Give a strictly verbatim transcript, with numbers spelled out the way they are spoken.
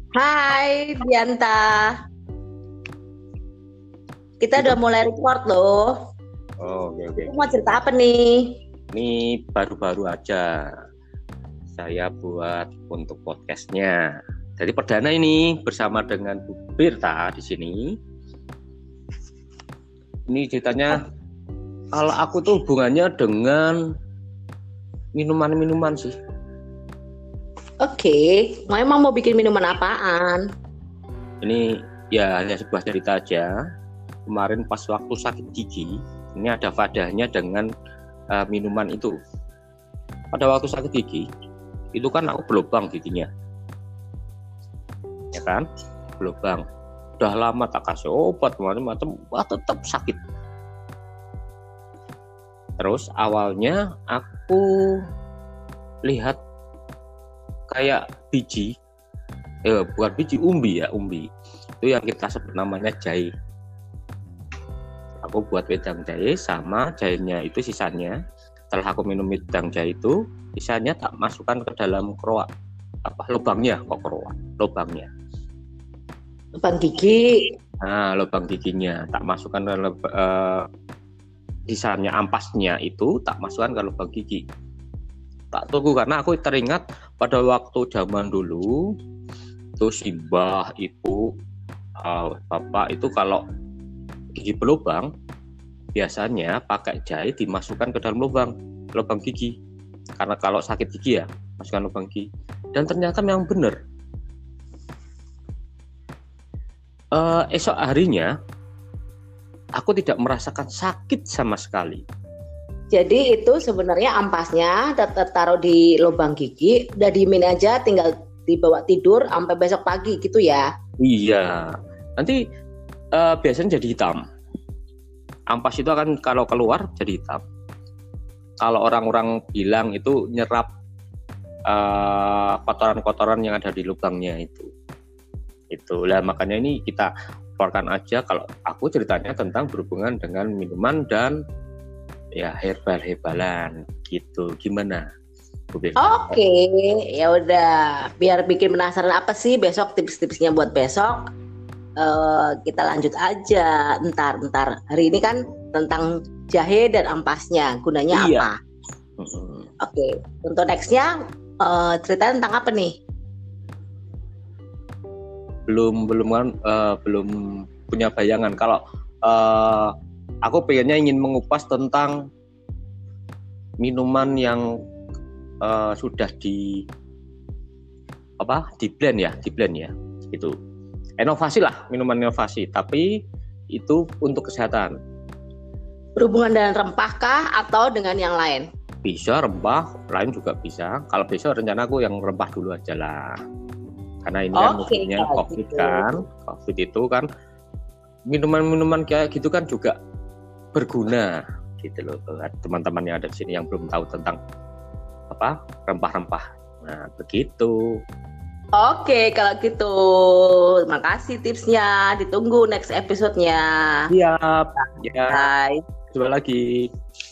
Hai Dianta, kita Itu. udah mulai record loh. Oh, oke oke. Kamu mau cerita apa nih? Ini baru-baru aja saya buat untuk podcastnya. Jadi perdana ini bersama dengan Bu Birta di sini. Ini ceritanya kalau aku tuh hubungannya dengan minuman-minuman sih. Oke, mau emang mau bikin minuman apaan? Ini ya hanya sebuah cerita aja. Kemarin pas waktu sakit gigi, ini ada wadahnya dengan uh, minuman itu. Pada waktu sakit gigi, itu kan aku berlubang giginya, ya kan? Berlubang. Udah lama tak kasih obat macam-macam, wah tetap sakit. Terus awalnya aku lihat kayak biji, eh bukan biji, umbi ya, umbi. Itu yang kita sebut namanya jahe. Aku buat wedang jahe sama jahenya itu sisanya. Setelah aku minum wedang jahe itu, sisanya tak masukkan ke dalam keroak. Apa lubangnya kok keroak? Lubangnya. Lubang gigi. Nah, lubang giginya tak masukkan ke lub- uh, sisanya ampasnya itu tak masukkan ke lubang gigi. Tak tunggu karena aku teringat pada waktu zaman dulu tuh si mbah ibu uh, bapak itu kalau gigi berlubang biasanya pakai jahe dimasukkan ke dalam lubang lubang gigi, karena kalau sakit gigi ya masukkan lubang gigi. Dan ternyata memang benar, uh, esok harinya aku tidak merasakan sakit sama sekali. Jadi itu sebenarnya ampasnya tetap taruh di lubang gigi, udah diemin aja, tinggal dibawa tidur sampai besok pagi gitu ya? Iya, nanti uh, biasanya jadi hitam. Ampas itu akan kalau keluar jadi hitam. Kalau orang-orang bilang itu nyerap uh, kotoran-kotoran yang ada di lubangnya itu. Itulah makanya ini kita keluarkan aja. Kalau aku ceritanya tentang berhubungan dengan minuman dan ya herbal-herbalan gitu. Gimana? Oke, okay, ya udah. Biar bikin penasaran apa sih besok tips-tipsnya buat besok. Uh, kita lanjut aja. Ntar, ntar. Hari ini kan tentang jahe dan ampasnya. Gunanya iya. apa? Mm-hmm. Oke, okay. Untuk nextnya uh, cerita tentang apa nih? Belum, belum kan, uh, belum punya bayangan. Kalau uh, aku pengennya ingin mengupas tentang minuman yang uh, sudah di apa di blend ya, di blend ya, itu inovasi lah, minuman inovasi, tapi itu untuk kesehatan. Berhubungan dengan rempah kah atau dengan yang lain? Bisa rempah, lain juga bisa. Kalau besok rencana aku yang rempah dulu aja lah, karena ini kan okay, musimnya COVID gitu. Kan COVID itu kan minuman-minuman kayak gitu kan juga berguna gitu loh buat teman-teman yang ada di sini yang belum tahu tentang apa rempah-rempah. Nah begitu. Oke, kalau gitu makasih tipsnya. Ditunggu next episode-nya. Siap. Ya. Bye. Coba lagi.